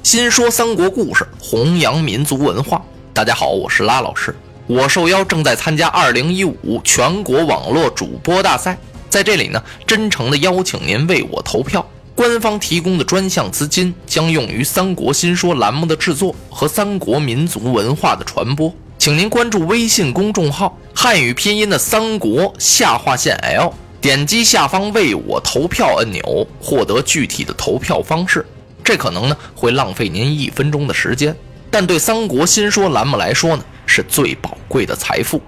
新说三国故事，弘扬民族文化。大家好，我是拉老师。我受邀正在参加2015全国网络主播大赛，在这里呢，真诚的邀请您为我投票。官方提供的专项资金将用于三国新说栏目的制作和三国民族文化的传播。请您关注微信公众号汉语拼音的三国下划线 L， 点击下方为我投票按钮，获得具体的投票方式。这可能呢会浪费您1分钟的时间，但对三国新说栏目来说呢，是最宝贵的财富。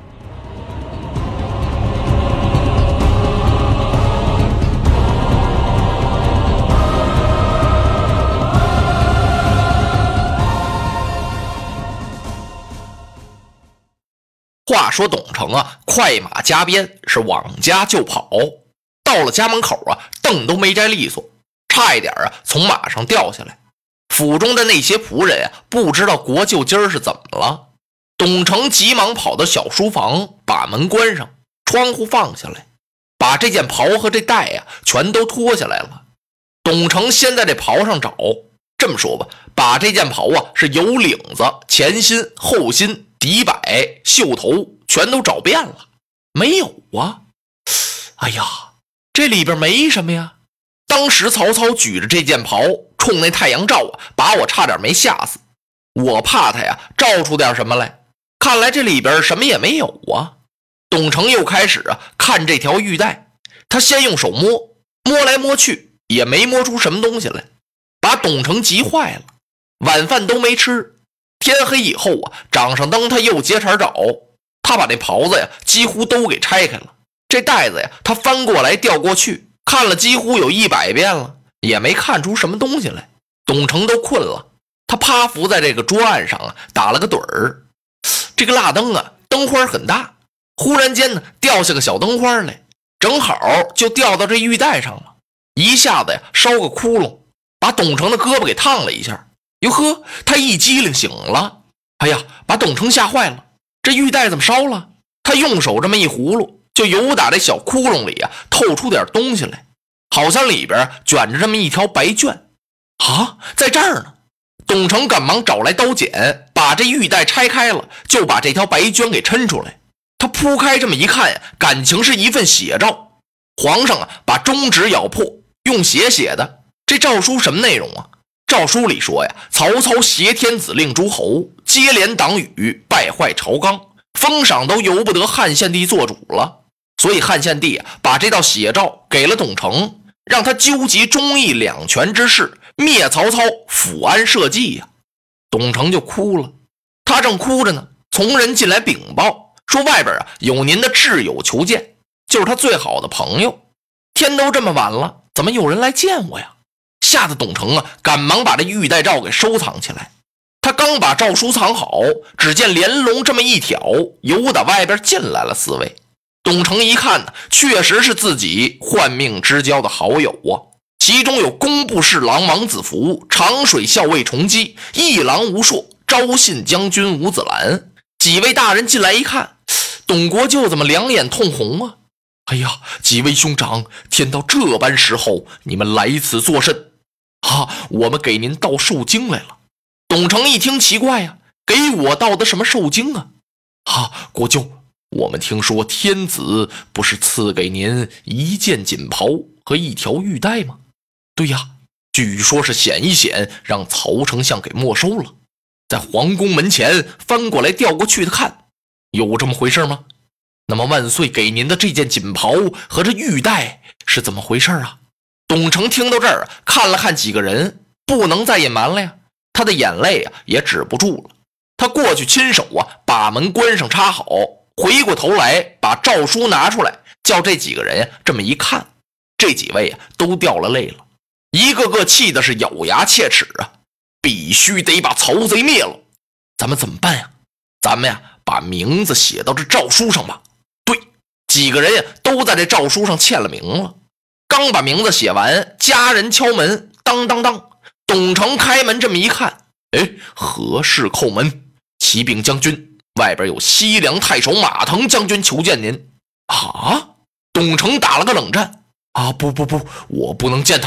话说董承啊，快马加鞭，是往家就跑。到了家门口啊，凳都没摘利索，差一点啊从马上掉下来。府中的那些仆人啊，不知道国舅今儿是怎么了。董承急忙跑到小书房，把门关上，窗户放下来，把这件袍和这带啊全都脱下来了。董承先在这袍上找，这么说吧，把这件袍啊是有领子、前心、后心、底摆、袖头全都找遍了，没有啊。哎呀，这里边没什么呀。当时曹操举着这件袍冲那太阳照啊，把我差点没吓死。我怕他呀照出点什么来，看来这里边什么也没有啊。董承又开始啊看这条玉带，他先用手摸，摸来摸去也没摸出什么东西来，把董承急坏了。晚饭都没吃，天黑以后啊，掌上灯他又接茬找，他把那袍子呀几乎都给拆开了，这带子呀他翻过来调过去，看了几乎有100遍了，也没看出什么东西来。董承都困了，他趴伏在这个桌案上啊，打了个盹儿。这个蜡灯啊，灯花很大，忽然间呢掉下个小灯花来，正好就掉到这玉带上了，一下子呀烧个窟窿，把董承的胳膊给烫了一下。哟呵，他一激灵醒了，哎呀，把董承吓坏了，这玉带怎么烧了？他用手这么一葫芦，就由打这小窟窿里啊透出点东西来，好像里边卷着这么一条白绢啊，在这儿呢。董承赶忙找来刀剪，把这玉带拆开了，就把这条白绢给抻出来。他铺开这么一看呀，感情是一份写照。皇上啊把中指咬破，用血写的。这诏书什么内容啊？诏书里说呀，曹操挟天子令诸侯，接连党羽，败坏朝纲，封赏都由不得汉献帝做主了。所以汉献帝啊把这道写照给了董承，让他纠集忠义两全之事，灭曹操，抚安社稷呀。董承就哭了，他正哭着呢，从人进来禀报说外边啊有您的挚友求见，就是他最好的朋友。天都这么晚了，怎么有人来见我呀？吓得董承啊赶忙把这玉带诏给收藏起来。他刚把诏书藏好，只见连龙这么一挑，由打外边进来了4位。董承一看呢，确实是自己换命之交的好友啊。其中有工部侍郎王子服、长水校尉崇基、一郎吴硕、昭信将军吴子兰。几位大人进来一看，董国舅怎么两眼通红啊？哎呀，几位兄长，天到这般时候，你们来此作甚？我们给您道寿经来了。董承一听奇怪呀，给我道的什么寿经啊？国舅，我们听说天子不是赐给您一件锦袍和一条玉带吗？对呀，据说是显一显，让曹丞相给没收了，在皇宫门前翻过来调过去的看，有这么回事吗？那么万岁给您的这件锦袍和这玉带是怎么回事啊？董承听到这儿，看了看几个人，不能再隐瞒了呀，他的眼泪啊也止不住了。他过去亲手啊把门关上插好，回过头来把诏书拿出来，叫这几个人呀这么一看，这几位啊都掉了泪了，一个个气的是咬牙切齿啊，必须得把曹贼灭了。咱们怎么办呀？咱们呀把名字写到这诏书上吧。对，几个人呀都在这诏书上签了名了。刚把名字写完，家人敲门，当当当。董承开门这么一看，何事叩门？启禀将军，外边有西凉太守马腾将军求见您。董承打了个冷战，不，我不能见他。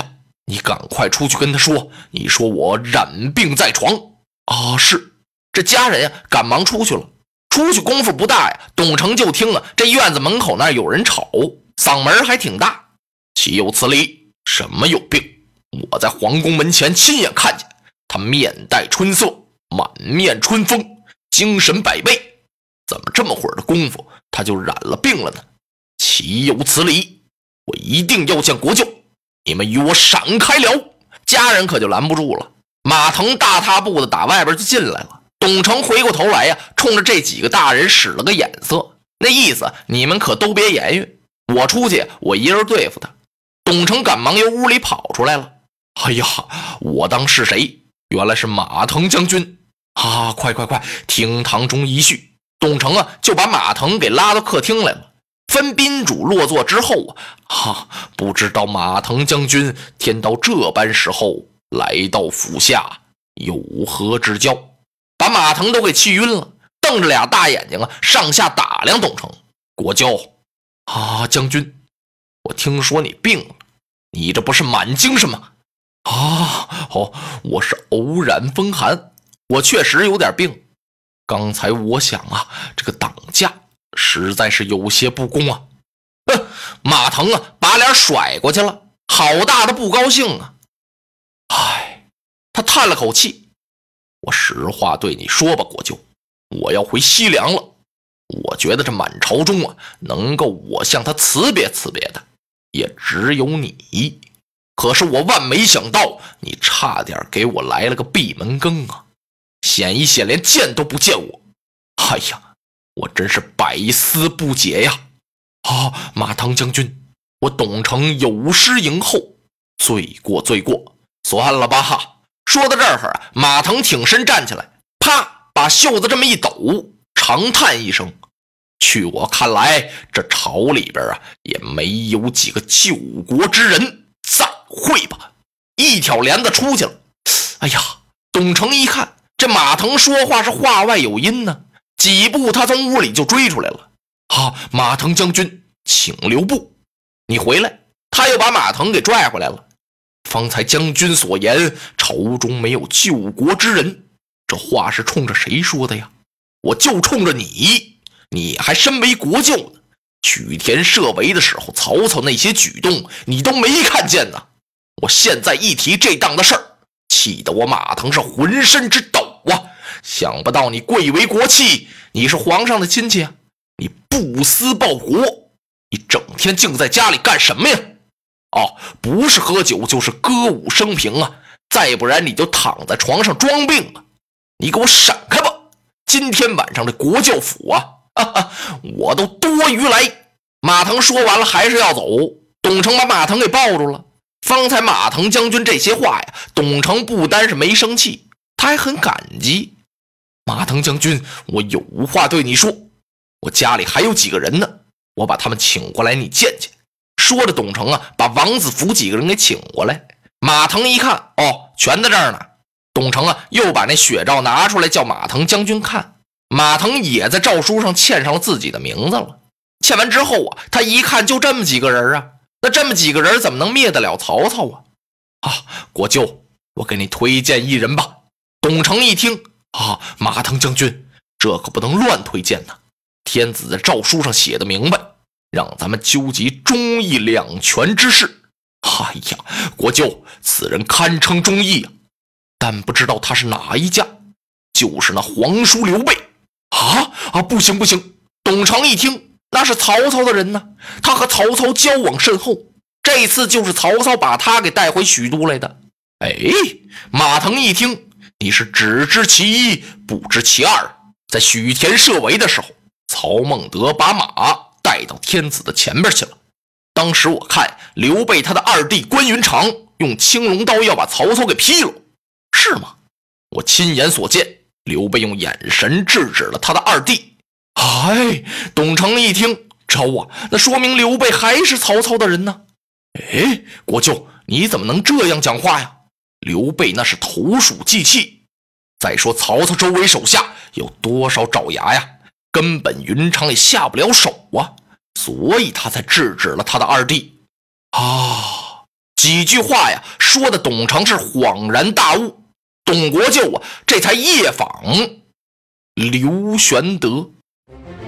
你赶快出去跟他说，你说我染病在床。啊，是。这家人呀，赶忙出去了。出去功夫不大呀，董成就听这院子门口那有人吵，嗓门还挺大。岂有此理！什么有病？我在皇宫门前亲眼看见，他面带春色，满面春风，精神百倍。怎么这么会儿的功夫，他就染了病了呢？岂有此理！我一定要见国舅，你们与我闪开了！家人可就拦不住了。马腾大踏步的打外边就进来了。董成回过头来呀，冲着这几个大人使了个眼色，那意思你们可都别言语，我出去我一人对付他。董成赶忙由屋里跑出来了。哎呀，我当是谁？原来是马腾将军啊！快，厅堂中一叙。董成就把马腾给拉到客厅来了。分宾主落座之后不知道马腾将军天到这般时候来到府下，有何指教？把马腾都给气晕了，瞪着俩大眼睛上下打量董成。国舅将军，我听说你病了，你这不是满精神吗？我是偶然风寒，我确实有点病。刚才我想这个挡驾实在是有些不公啊。马腾把脸甩过去了，好大的不高兴啊。他叹了口气。我实话对你说吧，国舅，我要回西凉了。我觉得这满朝中能够我向他辞别辞别的，也只有你。可是我万没想到，你差点给我来了个闭门羹啊！显一显连见都不见我。哎呀，我真是百思不解呀！马腾将军，我董成有失迎后，罪过。算了吧。说到这儿马腾挺身站起来，啪，把袖子这么一抖，长叹一声。据我看来，这朝里边也没有几个救国之人。再会吧。一挑帘子出去了。哎呀，董成一看这马腾说话是话外有音呢，几步他从屋里就追出来了。马腾将军，请留步。你回来。他又把马腾给拽回来了。方才将军所言，朝中没有救国之人，这话是冲着谁说的呀？我就冲着你，你还身为国舅呢。曲田设围的时候，曹操那些举动你都没看见呢。我现在一提这档的事儿，气得我马腾是浑身直抖啊！想不到你贵为国戚，你是皇上的亲戚啊，你不思报国，你整天净在家里干什么呀？不是喝酒就是歌舞升平啊，再不然你就躺在床上装病啊！你给我闪开吧！今天晚上这国教府我都多余来。马腾说完了还是要走，董成把马腾给抱住了。方才马腾将军这些话呀，董成不单是没生气，他还很感激。马腾将军，我有话对你说，我家里还有几个人呢，我把他们请过来你见见。说着，董成把王子服几个人给请过来。马腾一看，全在这儿呢。董成又把那血诏拿出来叫马腾将军看。马腾也在诏书上签上了自己的名字了。签完之后他一看就这么几个人那这么几个人怎么能灭得了曹操国舅，我给你推荐一人吧。董成一听，马腾将军，这可不能乱推荐呢。天子在诏书上写的明白，让咱们纠集忠义两全之事。哎呀，国舅，此人堪称忠义但不知道他是哪一家，就是那皇叔刘备。不行！董成一听，那是曹操的人呢，他和曹操交往甚厚，这次就是曹操把他给带回许都来的。马腾一听，你是只知其一不知其二。在许田设围的时候，曹孟德把马带到天子的前边去了。当时我看刘备他的二弟关云长用青龙刀要把曹操给劈了，是吗？我亲眼所见，刘备用眼神制止了他的二弟。董成一听，那说明刘备还是曹操的人呢。国舅，你怎么能这样讲话呀？刘备那是投鼠忌器。再说曹操周围手下有多少爪牙呀，根本云长也下不了手所以他才制止了他的二弟。 几句话呀，说的董承是恍然大悟。董国舅啊，这才夜访刘玄德。